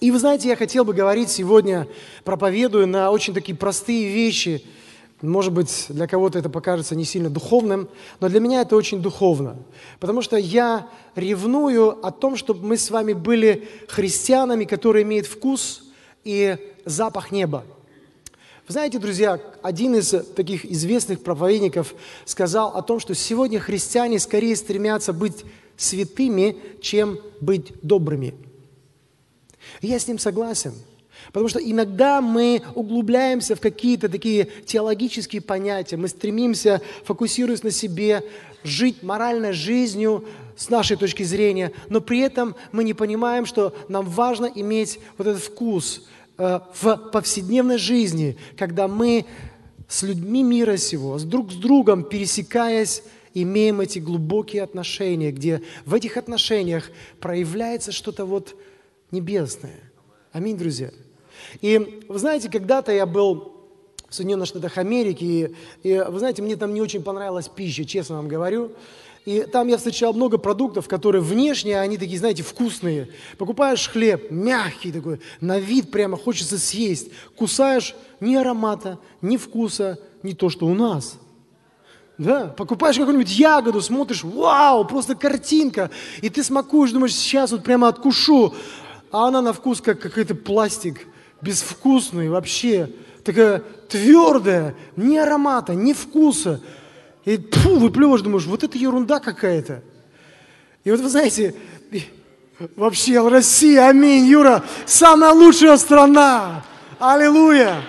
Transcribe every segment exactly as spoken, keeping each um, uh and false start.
И вы знаете, я хотел бы говорить сегодня, проповедуя на очень такие простые вещи. Может быть, для кого-то это покажется не сильно духовным, но для меня это очень духовно. Потому что я ревную о том, чтобы мы с вами были христианами, которые имеют вкус и запах неба. Вы знаете, друзья, один из таких известных проповедников сказал о том, что сегодня христиане скорее стремятся быть святыми, чем быть добрыми. И я с ним согласен. Потому что иногда мы углубляемся в какие-то такие теологические понятия, мы стремимся, фокусируясь на себе, жить моральной жизнью с нашей точки зрения, но при этом мы не понимаем, что нам важно иметь вот этот вкус э, в повседневной жизни, когда мы с людьми мира сего, с друг с другом пересекаясь, имеем эти глубокие отношения, где в этих отношениях проявляется что-то вот небесное. Аминь, друзья. И вы знаете, когда-то я был в Соединенных Штатах Америки, и, и вы знаете, мне там не очень понравилась пища, честно вам говорю. И там я встречал много продуктов, которые внешне, они такие, знаете, вкусные. Покупаешь хлеб, мягкий такой, на вид прямо хочется съесть. Кусаешь, ни аромата, ни вкуса, не то, что у нас. Да, покупаешь какую-нибудь ягоду, смотришь, вау, просто картинка. И ты смакуешь, думаешь, сейчас вот прямо откушу. А она на вкус как какой-то пластик, безвкусный вообще, такая твердая, ни аромата, ни вкуса. И фу, выплевываешь, думаешь, вот это ерунда какая-то. И вот вы знаете, вообще Россия, аминь, Юра, самая лучшая страна. Аллилуйя.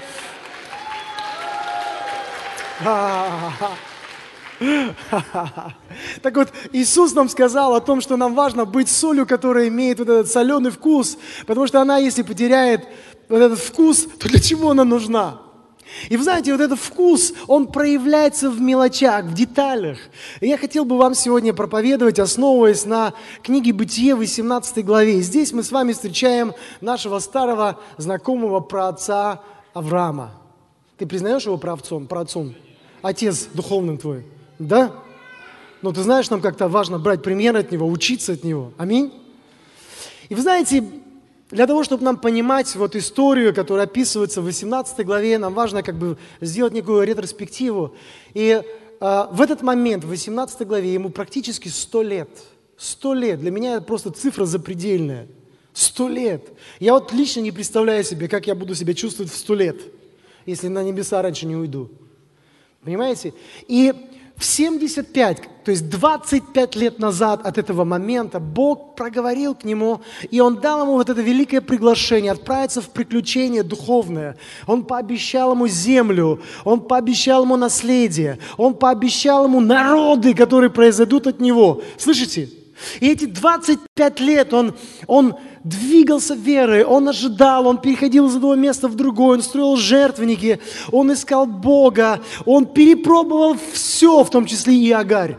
Так вот, Иисус нам сказал о том, что нам важно быть солью, которая имеет вот этот соленый вкус, потому что она, если потеряет вот этот вкус, то для чего она нужна? И вы знаете, вот этот вкус, он проявляется в мелочах, в деталях. И я хотел бы вам сегодня проповедовать, основываясь на книге Бытие, восемнадцатой главе. И здесь мы с вами встречаем нашего старого знакомого праотца Авраама. Ты признаешь его праотцом? праотцом? Отец духовным твой. Да? Но ты знаешь, нам как-то важно брать пример от него, учиться от него. Аминь. И вы знаете, для того, чтобы нам понимать вот историю, которая описывается в восемнадцатой главе, нам важно как бы сделать некую ретроспективу. И э, в этот момент, в восемнадцатой главе, ему практически сто лет. Сто лет. Для меня это просто цифра запредельная. Сто лет. Я вот лично не представляю себе, как я буду себя чувствовать в сто лет, если на небеса раньше не уйду. Понимаете? И в семьдесят пять, то есть двадцать пять лет назад от этого момента, Бог проговорил к нему, и Он дал ему вот это великое приглашение отправиться в приключение духовное. Он пообещал ему землю, Он пообещал ему наследие, Он пообещал ему народы, которые произойдут от него. Слышите? И эти двадцать пять лет он, он двигался верой, он ожидал, он переходил из одного места в другое, он строил жертвенники, он искал Бога, он перепробовал все, в том числе и Агарь.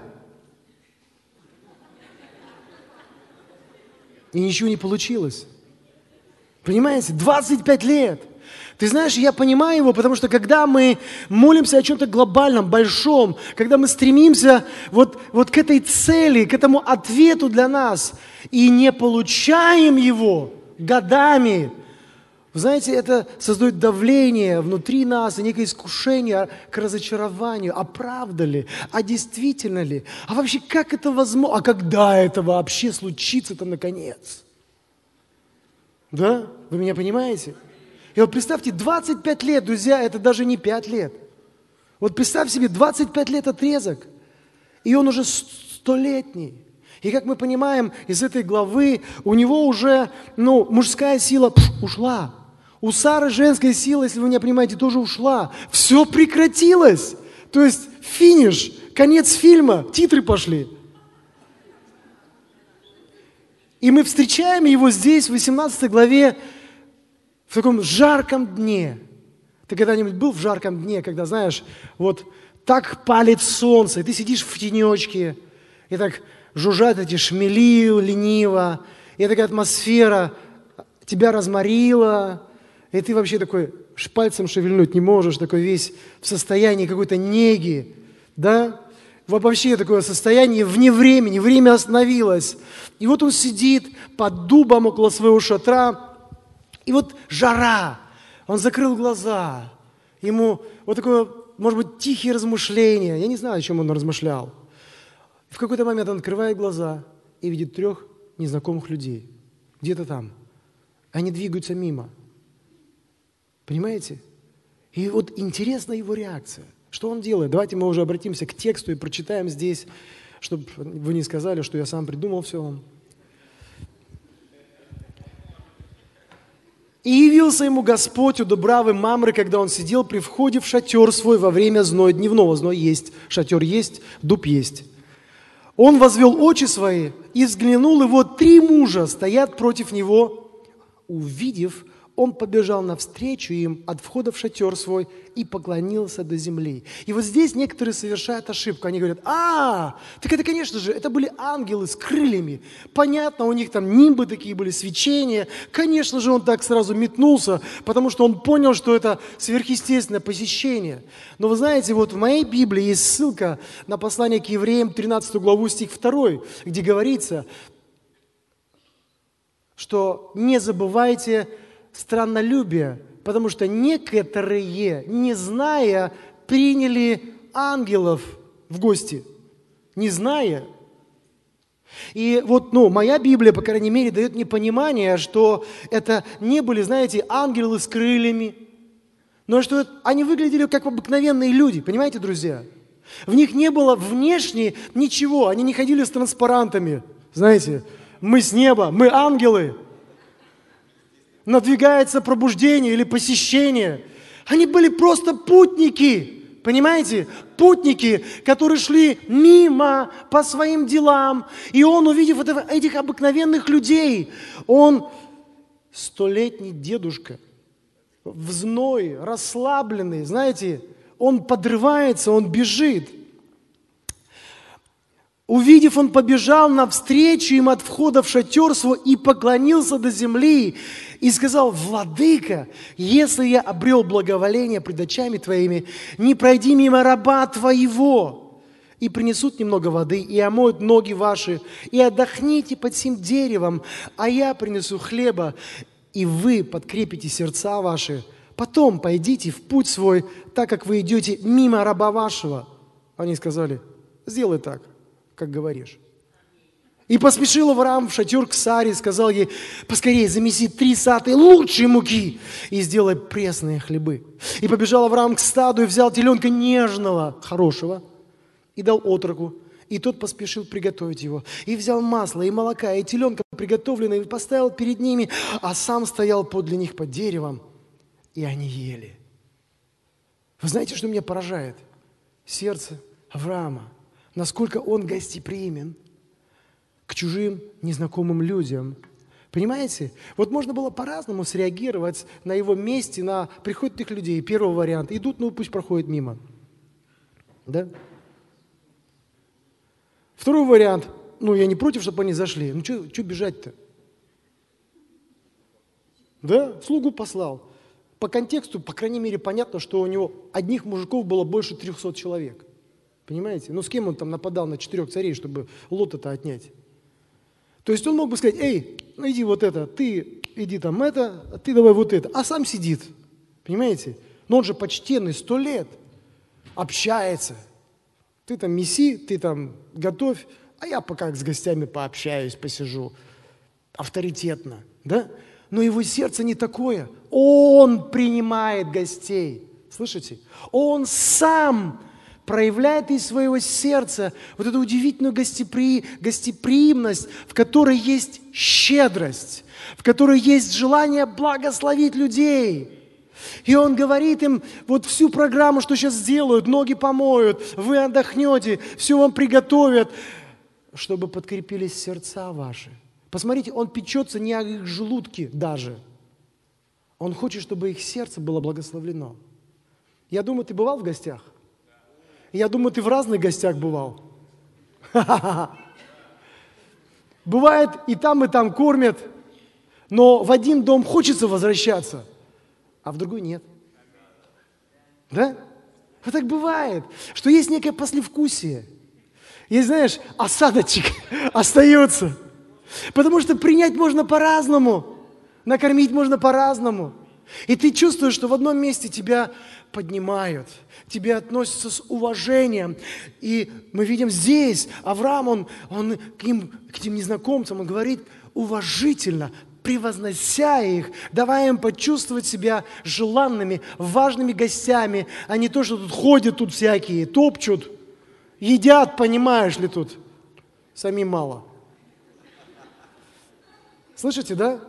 И ничего не получилось. Понимаете? двадцать пять лет. Ты знаешь, я понимаю его, потому что когда мы молимся о чем-то глобальном, большом, когда мы стремимся вот, вот к этой цели, к этому ответу для нас, и не получаем его годами, вы знаете, это создает давление внутри нас и некое искушение к разочарованию. А правда ли? А действительно ли? А вообще, как это возможно? А когда это вообще случится-то наконец? Да? Вы меня понимаете? И вот представьте, двадцать пять лет, друзья, это даже не пять лет. Вот представь себе, двадцать пять лет отрезок, и он уже столетний. И как мы понимаем из этой главы, у него уже, ну, мужская сила пш, ушла. У Сары женская сила, если вы меня понимаете, тоже ушла. Все прекратилось. То есть финиш, конец фильма, титры пошли. И мы встречаем его здесь, в восемнадцатой главе, в таком жарком дне. Ты когда-нибудь был в жарком дне, когда, знаешь, вот так палит солнце, и ты сидишь в тенечке, и так жужжат эти шмели лениво, и такая атмосфера тебя разморила, и ты вообще такой пальцем шевельнуть не можешь, такой весь в состоянии какой-то неги, да? Вообще такое состояние вне времени, время остановилось. И вот он сидит под дубом около своего шатра, И вот жара, он закрыл глаза, ему вот такое, может быть, тихие размышления, я не знаю, о чем он размышлял. В какой-то момент он открывает глаза и видит трех незнакомых людей, где-то там. Они двигаются мимо. Понимаете? И вот интересна его реакция. Что он делает? Давайте мы уже обратимся к тексту и прочитаем здесь, чтобы вы не сказали, что я сам придумал все вам. «И явился ему Господь у Дубравы Мамры, когда он сидел при входе в шатер свой во время зноя дневного». Зной есть, шатер есть, дуб есть. «Он возвел очи свои и взглянул, и вот три мужа стоят против него. Увидев, он побежал навстречу им от входа в шатер свой и поклонился до земли». И вот здесь некоторые совершают ошибку. Они говорят: а, так это, конечно же, это были ангелы с крыльями. Понятно, у них там нимбы такие были, свечения. Конечно же, он так сразу метнулся, потому что он понял, что это сверхъестественное посещение. Но вы знаете, вот в моей Библии есть ссылка на послание к евреям, тринадцатую главу, стих второй, где говорится, что не забывайте страннолюбие, потому что некоторые, не зная, приняли ангелов в гости. Не зная. И вот, ну, моя Библия, по крайней мере, дает мне понимание, что это не были, знаете, ангелы с крыльями, но что они выглядели как обыкновенные люди, понимаете, друзья? В них не было внешне ничего, они не ходили с транспарантами, знаете, мы с неба, мы ангелы. Надвигается пробуждение или посещение. Они были просто путники, понимаете? Путники, которые шли мимо по своим делам. И он, увидев это, этих обыкновенных людей, он столетний дедушка, в зной, расслабленный, знаете, он подрывается, он бежит. Увидев, он побежал навстречу им от входа в шатер свой и поклонился до земли. И сказал: «Владыка, если я обрел благоволение пред очами твоими, не пройди мимо раба твоего». И принесут немного воды, и омоют ноги ваши, и отдохните под сим деревом, а я принесу хлеба, и вы подкрепите сердца ваши. Потом пойдите в путь свой, так как вы идете мимо раба вашего. Они сказали: «Сделай так, как говоришь». И поспешил Авраам в шатер к Саре, сказал ей: «Поскорее замеси три саты лучшей муки и сделай пресные хлебы». И побежал Авраам к стаду и взял теленка нежного, хорошего, и дал отроку. И тот поспешил приготовить его. И взял масло, и молока, и теленка приготовленного, и поставил перед ними, а сам стоял подле них под деревом, и они ели. Вы знаете, что меня поражает? Сердце Авраама. Насколько он гостеприимен к чужим, незнакомым людям. Понимаете? Вот можно было по-разному среагировать на его месте, на приход этих людей. Первый вариант. Идут, ну пусть проходят мимо. Да? Второй вариант. Ну, я не против, чтобы они зашли. Ну, что бежать-то? Да? Слугу послал. По контексту, по крайней мере, понятно, что у него одних мужиков было больше трехсот человек. Понимаете? Ну, с кем он там нападал на четырех царей, чтобы лот это отнять? То есть он мог бы сказать: «Эй, ну иди вот это, ты иди там это, а ты давай вот это». А сам сидит. Понимаете? Но он же почтенный, сто лет. Общается. Ты там меси, ты там готовь, а я пока с гостями пообщаюсь, посижу. Авторитетно. Да? Но его сердце не такое. Он принимает гостей. Слышите? Он сам проявляет из своего сердца вот эту удивительную гостепри... гостеприимность, в которой есть щедрость, в которой есть желание благословить людей. И он говорит им вот всю программу, что сейчас сделают, ноги помоют, вы отдохнете, все вам приготовят, чтобы подкрепились сердца ваши. Посмотрите, он печется не о их желудке даже. Он хочет, чтобы их сердце было благословлено. Я думаю, ты бывал в гостях? Я думаю, ты в разных гостях бывал. Бывает, и там, и там кормят, но в один дом хочется возвращаться, а в другой нет. Да? Вот так бывает, что есть некое послевкусие. Есть, знаешь, осадочек остается. Потому что принять можно по-разному. Накормить можно по-разному. И ты чувствуешь, что в одном месте тебя поднимают, тебе относятся с уважением. И мы видим здесь, Авраам, он, он к ним, к этим незнакомцам, он говорит уважительно, превознося их, давая им почувствовать себя желанными, важными гостями, а не то, что тут ходят тут всякие, топчут, едят, понимаешь ли тут. Самим мало. Слышите, да?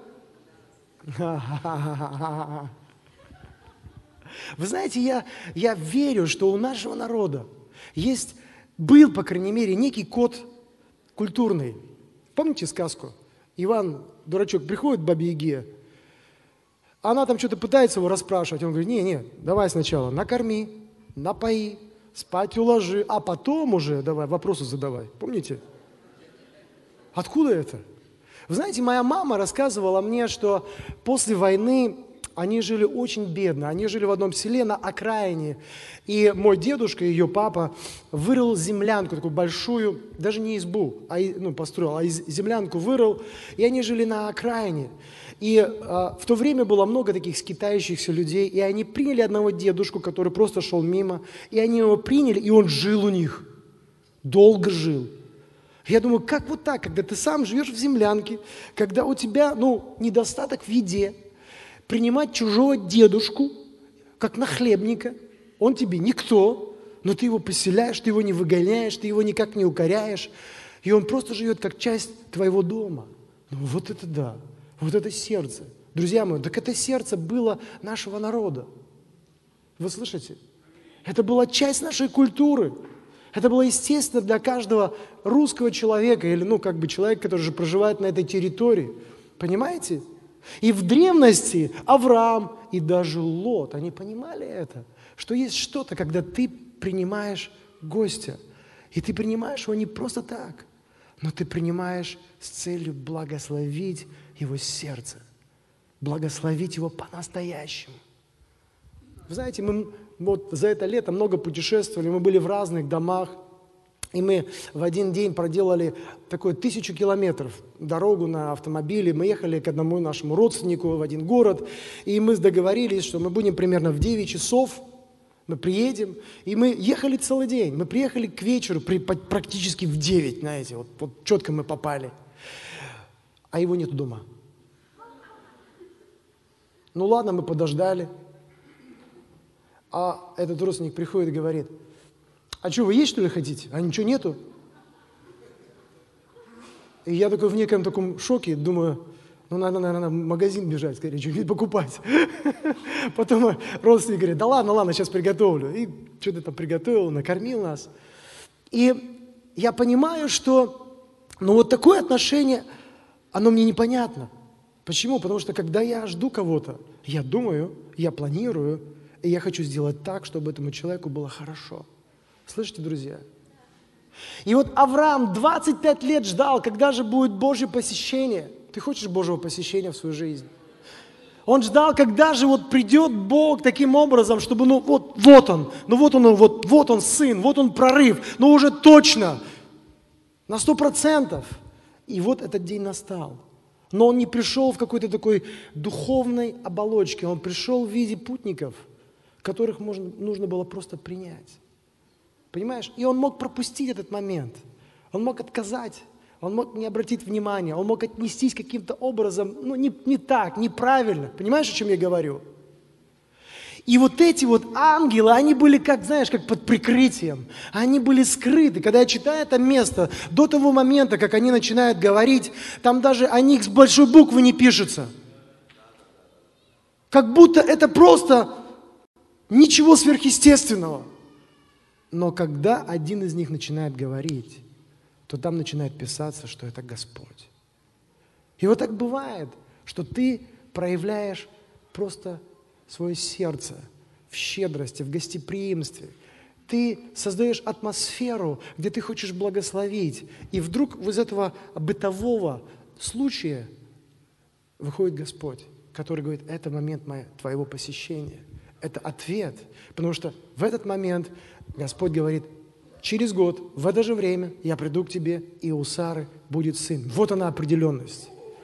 Вы знаете, я, я верю, что у нашего народа есть, был, по крайней мере, некий код культурный. Помните сказку? Иван, дурачок, приходит к бабе Яге, она там что-то пытается его расспрашивать. Он говорит, не-не, давай сначала накорми, напои, спать уложи, а потом уже давай вопросы задавай. Помните? Откуда это? Вы знаете, моя мама рассказывала мне, что после войны они жили очень бедно. Они жили в одном селе на окраине. И мой дедушка, ее папа, вырыл землянку, такую большую, даже не избу, а, ну, построил, а землянку вырыл. И они жили на окраине. И а, в то время было много таких скитающихся людей. И они приняли одного дедушку, который просто шел мимо. И они его приняли, и он жил у них. Долго жил. Я думаю, как вот так, когда ты сам живешь в землянке, когда у тебя, ну, недостаток в еде, принимать чужого дедушку, как нахлебника, он тебе никто, но ты его поселяешь, ты его не выгоняешь, ты его никак не укоряешь, и он просто живет как часть твоего дома. Ну, вот это да, вот это сердце. Друзья мои, так это сердце было нашего народа. Вы слышите? Это была часть нашей культуры. Это было естественно для каждого русского человека, или, ну, как бы человека, который же проживает на этой территории. Понимаете? И в древности Авраам и даже Лот, они понимали это, что есть что-то, когда ты принимаешь гостя, и ты принимаешь его не просто так, но ты принимаешь с целью благословить его сердце, благословить его по-настоящему. Вы знаете, мы вот за это лето много путешествовали, мы были в разных домах, и мы в один день проделали такую тысячу километров дорогу на автомобиле. Мы ехали к одному нашему родственнику в один город, и мы договорились, что мы будем примерно в девять часов, мы приедем, и мы ехали целый день. Мы приехали к вечеру при, практически в девять, знаете, вот, вот четко мы попали. А его нету дома. Ну ладно, мы подождали. А этот родственник приходит и говорит, а что, вы есть, что ли, хотите? А ничего нету? И я такой в неком таком шоке, думаю, ну, надо, наверное, в магазин бежать, скорее, что-нибудь покупать. Потом родственник говорит, да ладно, ладно, сейчас приготовлю. И что-то там приготовил, накормил нас. И я понимаю, что, ну, вот такое отношение, оно мне непонятно. Почему? Потому что, когда я жду кого-то, я думаю, я планирую, и я хочу сделать так, чтобы этому человеку было хорошо. Слышите, друзья? И вот Авраам двадцать пять лет ждал, когда же будет Божье посещение. Ты хочешь Божьего посещения в свою жизнь? Он ждал, когда же вот придет Бог таким образом, чтобы, ну вот, вот он, ну вот он, вот, вот он сын, вот он прорыв, ну уже точно, на сто процентов. И вот этот день настал. Но он не пришел в какой-то такой духовной оболочке, он пришел в виде путников, которых можно, нужно было просто принять. Понимаешь? И он мог пропустить этот момент. Он мог отказать. Он мог не обратить внимания. Он мог отнестись каким-то образом, ну, не, не так, неправильно. Понимаешь, о чем я говорю? И вот эти вот ангелы, они были, как, знаешь, как под прикрытием. Они были скрыты. Когда я читаю это место, до того момента, как они начинают говорить, там даже о них с большой буквы не пишется. Как будто это просто ничего сверхъестественного. Но когда один из них начинает говорить, то там начинает писаться, что это Господь. И вот так бывает, что ты проявляешь просто свое сердце в щедрости, в гостеприимстве. Ты создаешь атмосферу, где ты хочешь благословить. И вдруг из этого бытового случая выходит Господь, который говорит, это момент твоего посещения. Это ответ, потому что в этот момент Господь говорит, через год, в это же время я приду к тебе, и у Сары будет сын. Вот она определенность.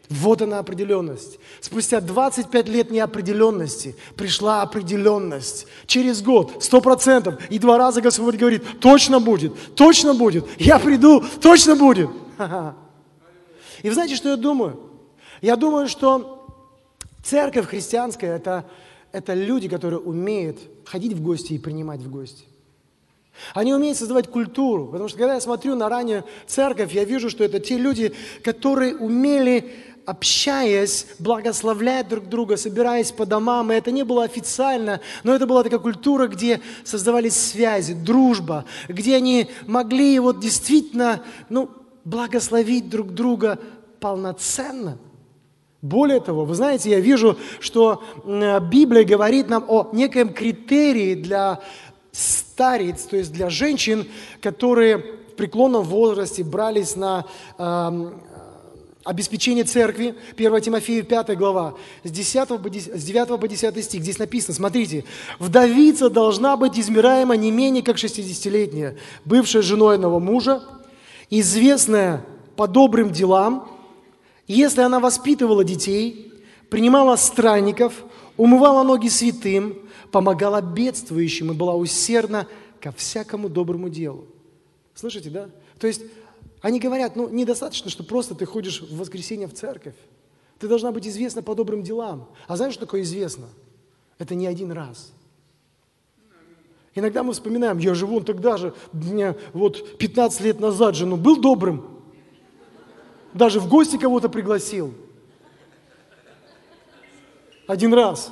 Вот она определенность. Спустя двадцать пять лет неопределенности пришла определенность. Через год, сто процентов. И два раза Господь говорит, точно будет, точно будет. Я приду, точно будет. Ха-ха. И вы знаете, что я думаю? Я думаю, что церковь христианская это, – это люди, которые умеют ходить в гости и принимать в гости. Они умеют создавать культуру, потому что когда я смотрю на раннюю церковь, я вижу, что это те люди, которые умели, общаясь, благословлять друг друга, собираясь по домам. И это не было официально, но это была такая культура, где создавались связи, дружба, где они могли вот действительно ну, благословить друг друга полноценно. Более того, вы знаете, я вижу, что Библия говорит нам о некоем критерии для старец, то есть для женщин, которые в преклонном возрасте брались на э, обеспечение церкви. первое Тимофею пятая глава, с, десятого по десятый, с девятого по десятый стих. Здесь написано, смотрите, «Вдовица должна быть измеряема не менее как шестидесятилетняя, бывшая женой одного мужа, известная по добрым делам, если она воспитывала детей, принимала странников, умывала ноги святым, помогала бедствующим и была усердна ко всякому доброму делу». Слышите, да? То есть они говорят, ну, недостаточно, что просто ты ходишь в воскресенье в церковь. Ты должна быть известна по добрым делам. А знаешь, что такое известно? Это не один раз. Иногда мы вспоминаем, я же вон тогда же, мне вот пятнадцать лет назад же, ну, был добрым. Даже в гости кого-то пригласил. Один раз.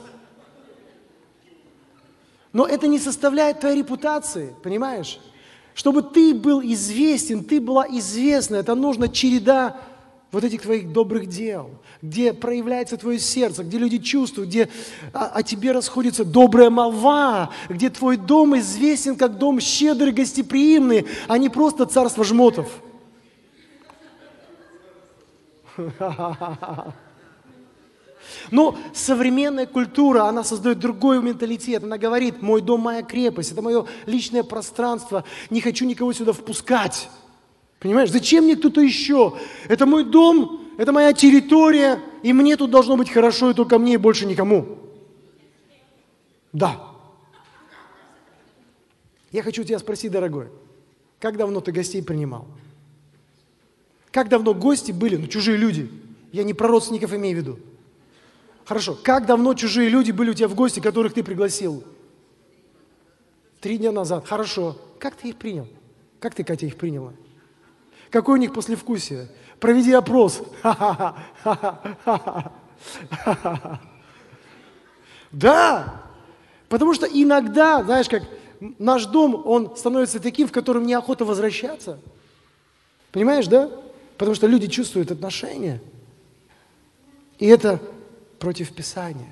Но это не составляет твоей репутации, понимаешь? Чтобы ты был известен, ты была известна, это нужна череда вот этих твоих добрых дел, где проявляется твое сердце, где люди чувствуют, где о, о тебе расходится добрая молва, где твой дом известен как дом щедрый, гостеприимный, а не просто царство жмотов. Но современная культура, она создает другой менталитет. Она говорит, мой дом, моя крепость, это мое личное пространство, не хочу никого сюда впускать. Понимаешь, зачем мне кто-то еще? Это мой дом, это моя территория, и мне тут должно быть хорошо, и только мне, и больше никому. Да. Я хочу тебя спросить, дорогой, как давно ты гостей принимал? Как давно гости были, ну, чужие люди? Я не про родственников имею в виду. Хорошо. Как давно чужие люди были у тебя в гости, которых ты пригласил? Три дня назад. Хорошо. Как ты их принял? Как ты, Катя, их приняла? Какое у них послевкусие? Проведи опрос. Да. Потому что иногда, знаешь, как наш дом, он становится таким, в котором неохота возвращаться. Понимаешь, да? Потому что люди чувствуют отношения. И это против Писания.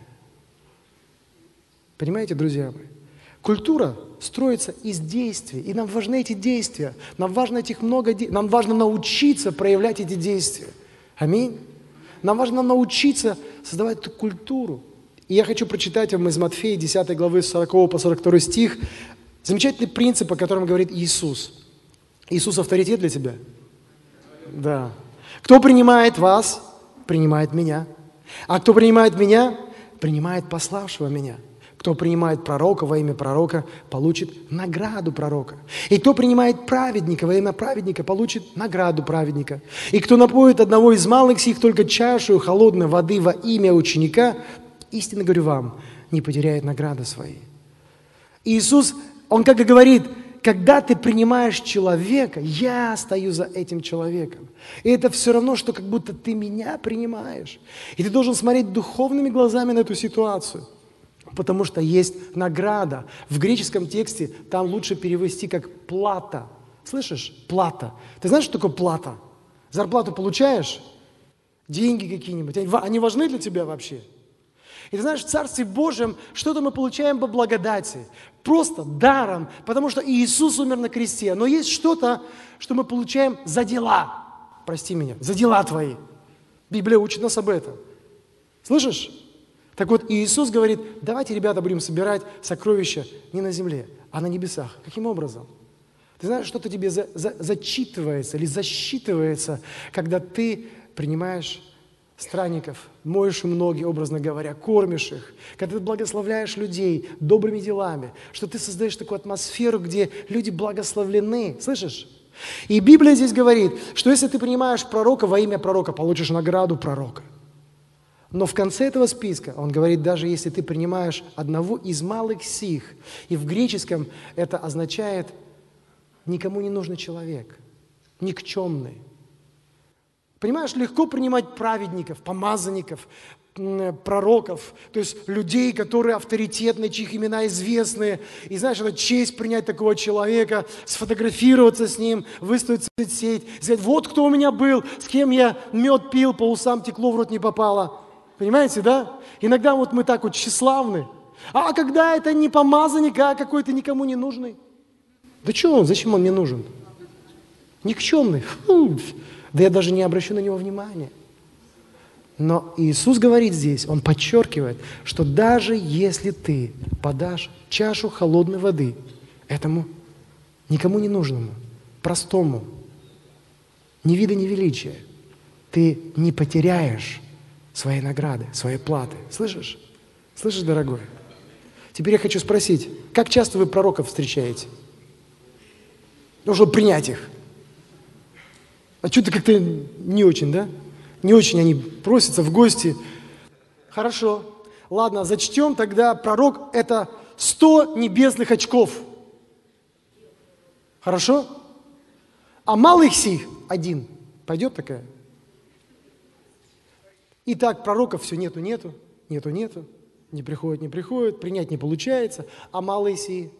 Понимаете, друзья мои? Культура строится из действий, и нам важны эти действия. Нам важно этих много, де... нам важно научиться проявлять эти действия. Аминь. Нам важно научиться создавать эту культуру. И я хочу прочитать вам из Матфея десятой главы с сорокового по сорок второй стих замечательный принцип, о котором говорит Иисус. Иисус авторитет для тебя? Да. Кто принимает вас, принимает меня. А кто принимает меня, принимает пославшего меня. Кто принимает пророка во имя пророка, получит награду пророка. И кто принимает праведника во имя праведника, получит награду праведника. И кто напоит одного из малых сих только чашу холодной воды во имя ученика, истинно говорю вам, не потеряет награды своей. Иисус, Он как и говорит, когда ты принимаешь человека, я стою за этим человеком. И это все равно, что как будто ты меня принимаешь. И ты должен смотреть духовными глазами на эту ситуацию. Потому что есть награда. В греческом тексте там лучше перевести как плата. Слышишь? Плата. Ты знаешь, что такое плата? Зарплату получаешь? Деньги какие-нибудь. Они важны для тебя вообще? И ты знаешь, в Царстве Божьем что-то мы получаем по благодати. Просто даром, потому что Иисус умер на кресте. Но есть что-то, что мы получаем за дела. Прости меня, за дела твои. Библия учит нас об этом. Слышишь? Так вот, Иисус говорит, давайте, ребята, будем собирать сокровища не на земле, а на небесах. Каким образом? Ты знаешь, что-то тебе за, за, зачитывается или засчитывается, когда ты принимаешь странников, моешь им ноги, образно говоря, кормишь их, когда ты благословляешь людей добрыми делами, что ты создаешь такую атмосферу, где люди благословлены. Слышишь? И Библия здесь говорит, что если ты принимаешь пророка во имя пророка, получишь награду пророка. Но в конце этого списка он говорит, даже если ты принимаешь одного из малых сих, и в греческом это означает никому не нужный человек, никчемный. Понимаешь, легко принимать праведников, помазанников, пророков, то есть людей, которые авторитетные, чьих имена известны. И знаешь, это честь принять такого человека, сфотографироваться с ним, выставить в соцсеть, сказать, вот кто у меня был, с кем я мед пил, по усам текло, в рот не попало. Понимаете, да? Иногда вот мы так вот тщеславны. А когда это не помазанник, а какой-то никому не нужный? Да что он, зачем он мне нужен? Никчемный. Фу. Да я даже не обращу на него внимания. Но Иисус говорит здесь, Он подчеркивает, что даже если ты подашь чашу холодной воды этому никому не нужному, простому, ни вида, ни величия, ты не потеряешь своей награды, своей платы. Слышишь? Слышишь, дорогой? Теперь я хочу спросить, как часто вы пророков встречаете? Ну, чтобы принять их. А что-то как-то не очень, да? Не очень они просятся в гости. Хорошо. Ладно, зачтем тогда пророк – это сто небесных очков. Хорошо? А малых сих – один. Пойдет такая? Итак, пророков все нету, нету, нету, нету. Не приходит, не приходит, принять не получается. А малые сии?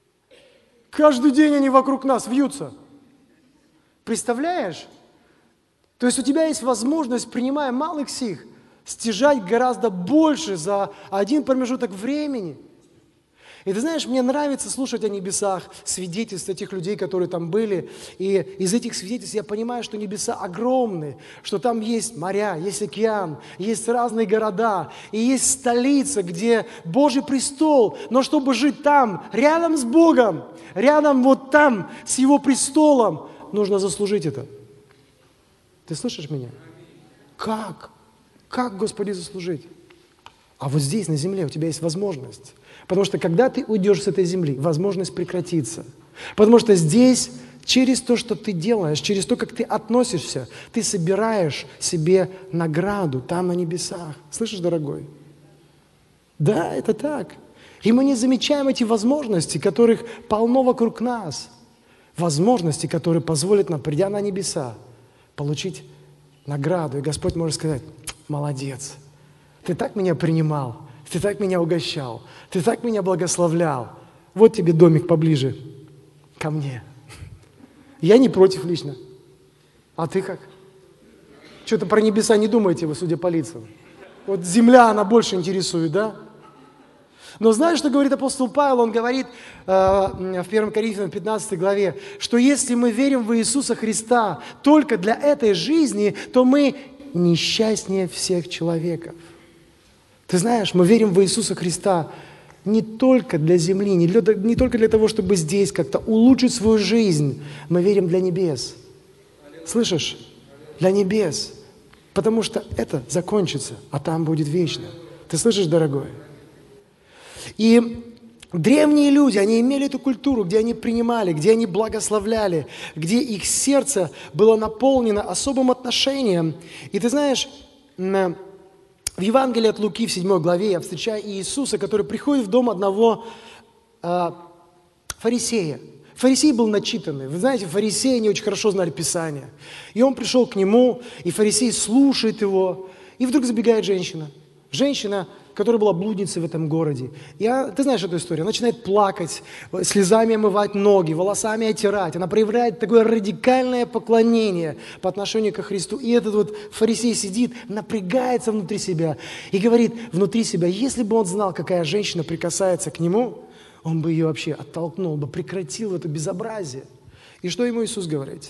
Каждый день они вокруг нас вьются. Представляешь? То есть у тебя есть возможность, принимая малых сих, стяжать гораздо больше за один промежуток времени. И ты знаешь, мне нравится слушать о небесах, свидетельства тех людей, которые там были. И из этих свидетельств я понимаю, что небеса огромны, что там есть моря, есть океан, есть разные города, и есть столица, где Божий престол. Но чтобы жить там, рядом с Богом, рядом вот там, с Его престолом, нужно заслужить это. Ты слышишь меня? Как? Как, Господи, заслужить? А вот здесь, на земле, у тебя есть возможность. Потому что, когда ты уйдешь с этой земли, возможность прекратится. Потому что здесь, через то, что ты делаешь, через то, как ты относишься, ты собираешь себе награду там, на небесах. Слышишь, дорогой? Да, это так. И мы не замечаем эти возможности, которых полно вокруг нас. Возможности, которые позволят нам, придя на небеса, получить награду. И Господь может сказать, молодец, ты так меня принимал, ты так меня угощал, ты так меня благословлял. Вот тебе домик поближе ко мне. Я не против лично. А ты как? Что-то про небеса не думаете вы, судя по лицам. Вот земля, она больше интересует, да? Но знаешь, что говорит апостол Павел? Он говорит э, в первом Коринфянам пятнадцатой главе, что если мы верим в Иисуса Христа только для этой жизни, то мы несчастнее всех человеков. Ты знаешь, мы верим в Иисуса Христа не только для земли, не, для, не только для того, чтобы здесь как-то улучшить свою жизнь. Мы верим для небес. Слышишь? Для небес. Потому что это закончится, а там будет вечно. Ты слышишь, дорогой? И древние люди, они имели эту культуру, где они принимали, где они благословляли, где их сердце было наполнено особым отношением. И ты знаешь, в Евангелии от Луки в седьмой главе я встречаю Иисуса, который приходит в дом одного э, фарисея. Фарисей был начитанный. Вы знаете, фарисеи не очень хорошо знали Писание. И он пришел к нему, и фарисей слушает его, и вдруг забегает женщина. Женщина, которая была блудницей в этом городе. И она, ты знаешь эту историю, она начинает плакать, слезами омывать ноги, волосами оттирать. Она проявляет такое радикальное поклонение по отношению ко Христу. И этот вот фарисей сидит, напрягается внутри себя и говорит внутри себя, если бы он знал, какая женщина прикасается к нему, он бы ее вообще оттолкнул, бы прекратил это безобразие. И что ему Иисус говорит?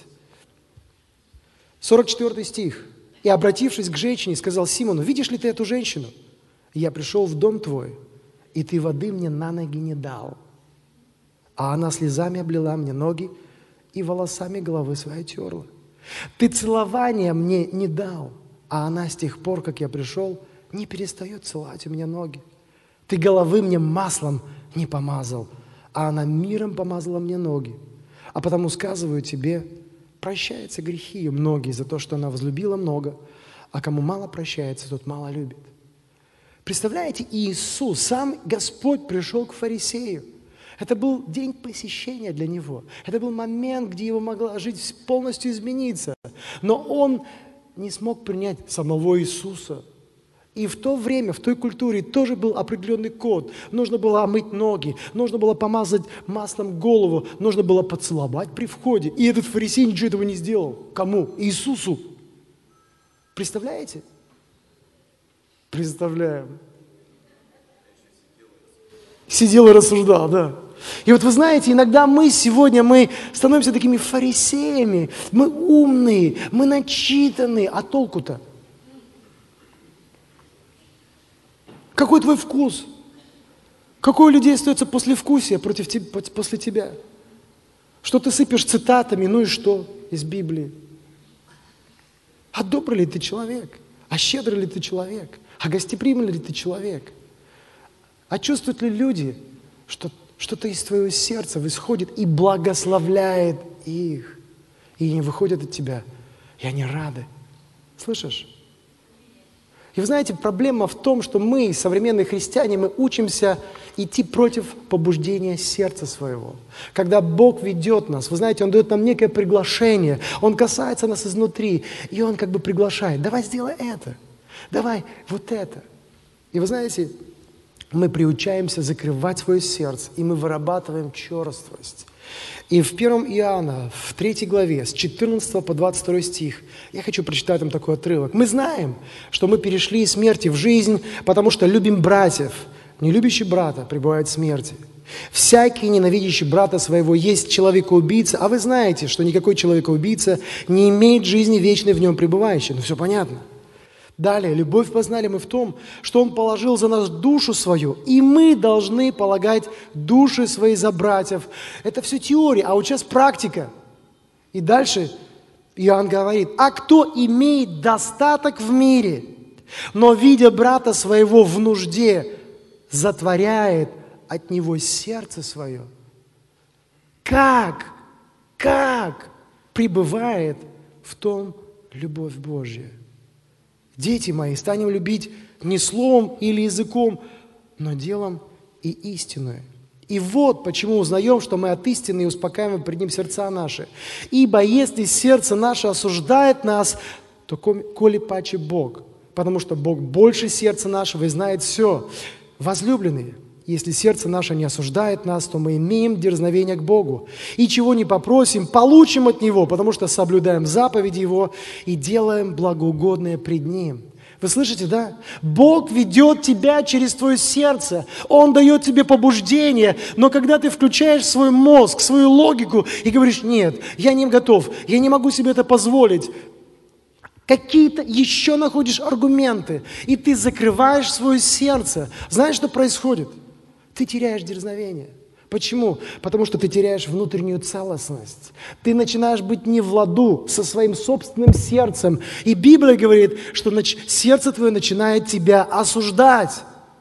сорок четвёртый стих. «И, обратившись к женщине, сказал Симону, видишь ли ты эту женщину? Я пришел в дом твой, и ты воды мне на ноги не дал. А она слезами облила мне ноги и волосами головы своей терла. Ты целования мне не дал. а она с тех пор, как я пришел, не перестает целовать у меня ноги. Ты головы мне маслом не помазал, а она миром помазала мне ноги. А потому сказываю тебе, прощаются грехи ее многие за то, что она возлюбила много, а кому мало прощается, тот мало любит. Представляете, Иисус, сам Господь пришел к фарисею. Это был день посещения для него. Это был момент, где его могла жизнь полностью измениться. Но он не смог принять самого Иисуса. И в то время, в той культуре тоже был определенный код. Нужно было омыть ноги, нужно было помазать маслом голову, нужно было поцеловать при входе. И этот фарисей ничего этого не сделал. Кому? Иисусу. Представляете? Представляем. Сидел и рассуждал, да. И вот вы знаете, иногда мы сегодня, мы становимся такими фарисеями, мы умные, мы начитанные, а толку-то? Какой твой вкус? Какой у людей остается послевкусие против te- после тебя? Что ты сыпешь цитатами, ну и что из Библии? А добрый ли ты человек? А щедрый ли ты человек? А гостеприимный ли ты человек? А чувствуют ли люди, что что-то из твоего сердца исходит и благословляет их? И они выходят от тебя, и они рады. Слышишь? И вы знаете, проблема в том, что мы, современные христиане, мы учимся идти против побуждения сердца своего. Когда Бог ведет нас, вы знаете, Он дает нам некое приглашение, Он касается нас изнутри, и Он как бы приглашает: давай сделай это, давай вот это. И вы знаете, мы приучаемся закрывать свое сердце, и мы вырабатываем черствость. И в первом Иоанна, в третьей главе, с четырнадцатого по двадцать второй стих, я хочу прочитать там такой отрывок. Мы знаем, что мы перешли из смерти в жизнь, потому что любим братьев. Не любящий брата пребывает в смерти. Всякий, ненавидящий брата своего, есть человекоубийца, а вы знаете, что никакой человекоубийца не имеет жизни вечной в нем пребывающей. Ну, все понятно. Далее, любовь познали мы в том, что Он положил за нас душу свою, и мы должны полагать души свои за братьев. Это все теория, а вот сейчас практика. И дальше Иоанн говорит: а кто имеет достаток в мире, но, видя брата своего в нужде, затворяет от него сердце свое? Как, как пребывает в том любовь Божья? Дети мои, станем любить не словом или языком, но делом и истиною. И вот почему узнаем, что мы от истины и успокаиваем пред Ним сердца наши. Ибо если сердце наше осуждает нас, то коли паче Бог, потому что Бог больше сердца нашего и знает все. Возлюбленные, если сердце наше не осуждает нас, то мы имеем дерзновение к Богу. И чего не попросим, получим от Него, потому что соблюдаем заповеди Его и делаем благоугодное пред Ним. Вы слышите, да? Бог ведет тебя через твое сердце. Он дает тебе побуждение. Но когда ты включаешь свой мозг, свою логику и говоришь: нет, я не готов, я не могу себе это позволить, какие-то еще находишь аргументы, и ты закрываешь свое сердце. Знаешь, что происходит? Ты теряешь дерзновение. Почему? Потому что ты теряешь внутреннюю целостность. Ты начинаешь быть не в ладу со своим собственным сердцем. И Библия говорит, что сердце твое начинает тебя осуждать.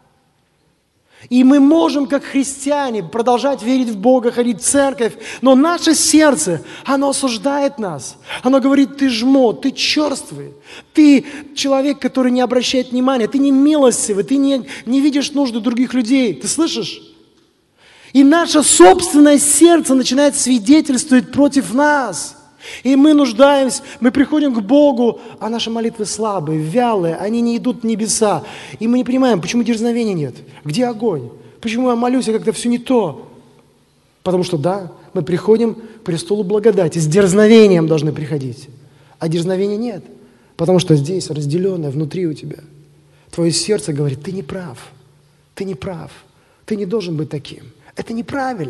И мы можем, как христиане, продолжать верить в Бога, ходить в церковь, но наше сердце, оно осуждает нас. Оно говорит: ты жмот, ты черствый, ты человек, который не обращает внимания, ты не милостивый, ты не, не видишь нужды других людей. Ты слышишь? И наше собственное сердце начинает свидетельствовать против нас. И мы нуждаемся, мы приходим к Богу, а наши молитвы слабые, вялые, они не идут в небеса. И мы не понимаем, почему дерзновения нет, где огонь, почему я молюсь, а как-то все не то. Потому что, да, мы приходим к престолу благодати, с дерзновением должны приходить, а дерзновения нет, потому что здесь разделенное внутри у тебя. Твое сердце говорит: ты не прав, ты не прав, ты не должен быть таким. Это неправильно.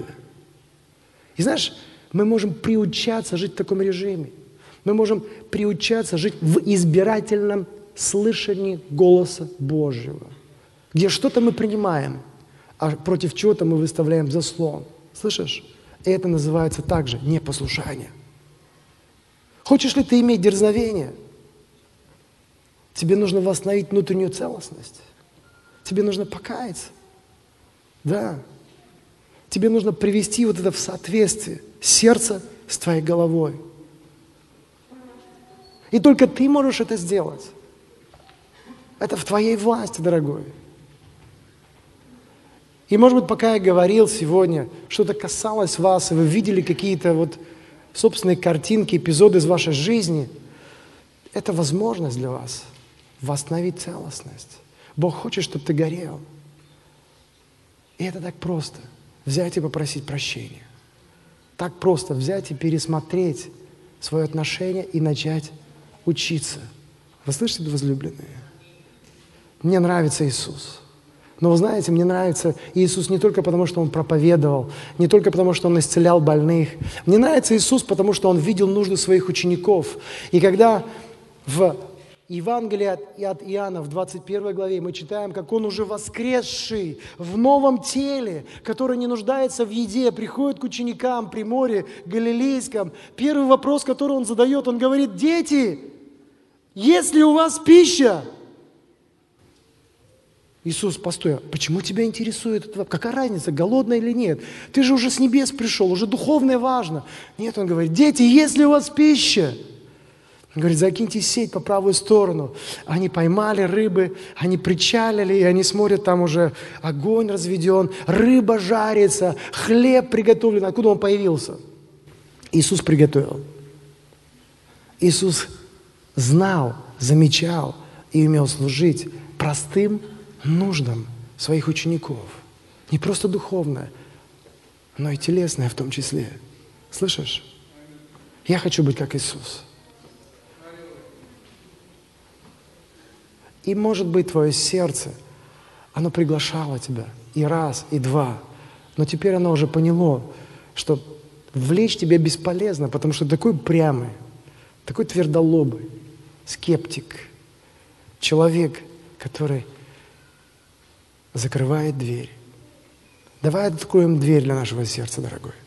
И знаешь, мы можем приучаться жить в таком режиме. Мы можем приучаться жить в избирательном слышании голоса Божьего, где что-то мы принимаем, а против чего-то мы выставляем заслон. Слышишь? И это называется также непослушание. Хочешь ли ты иметь дерзновение? Тебе нужно восстановить внутреннюю целостность. Тебе нужно покаяться. Да. Тебе нужно привести вот это в соответствие сердце с твоей головой. И только ты можешь это сделать. Это в твоей власти, дорогой. И, может быть, пока я говорил сегодня, что-то касалось вас, и вы видели какие-то вот собственные картинки, эпизоды из вашей жизни, это возможность для вас восстановить целостность. Бог хочет, чтобы ты горел. И это так просто. Взять и попросить прощения. Так просто взять и пересмотреть свое отношение и начать учиться. Вы слышите, возлюбленные? Мне нравится Иисус. Но вы знаете, мне нравится Иисус не только потому, что Он проповедовал, не только потому, что Он исцелял больных. Мне нравится Иисус, потому что Он видел нужды своих учеников. И когда в Евангелии от, от Иоанна в двадцать первой главе мы читаем, как Он уже воскресший в новом теле, который не нуждается в еде, приходит к ученикам при море Галилейском. Первый вопрос, который Он задает, Он говорит: дети, есть ли у вас пища? Иисус, постой, почему тебя интересует это? Какая разница, голодный или нет? Ты же уже с небес пришел, уже духовное важно. Нет, Он говорит: дети, есть ли у вас пища? Он говорит: закиньте сеть по правую сторону. Они поймали рыбы, они причалили, и они смотрят, там уже огонь разведен, рыба жарится, хлеб приготовлен. Откуда он появился? Иисус приготовил. Иисус знал, замечал и умел служить простым нуждам своих учеников. Не просто духовное, но и телесное в том числе. Слышишь? Я хочу быть как Иисус. И, может быть, твое сердце, оно приглашало тебя и раз, и два. Но теперь оно уже поняло, что влечь тебя бесполезно, потому что ты такой упрямый, такой твердолобый, скептик, человек, который закрывает дверь. Давай откроем дверь для нашего сердца, дорогой.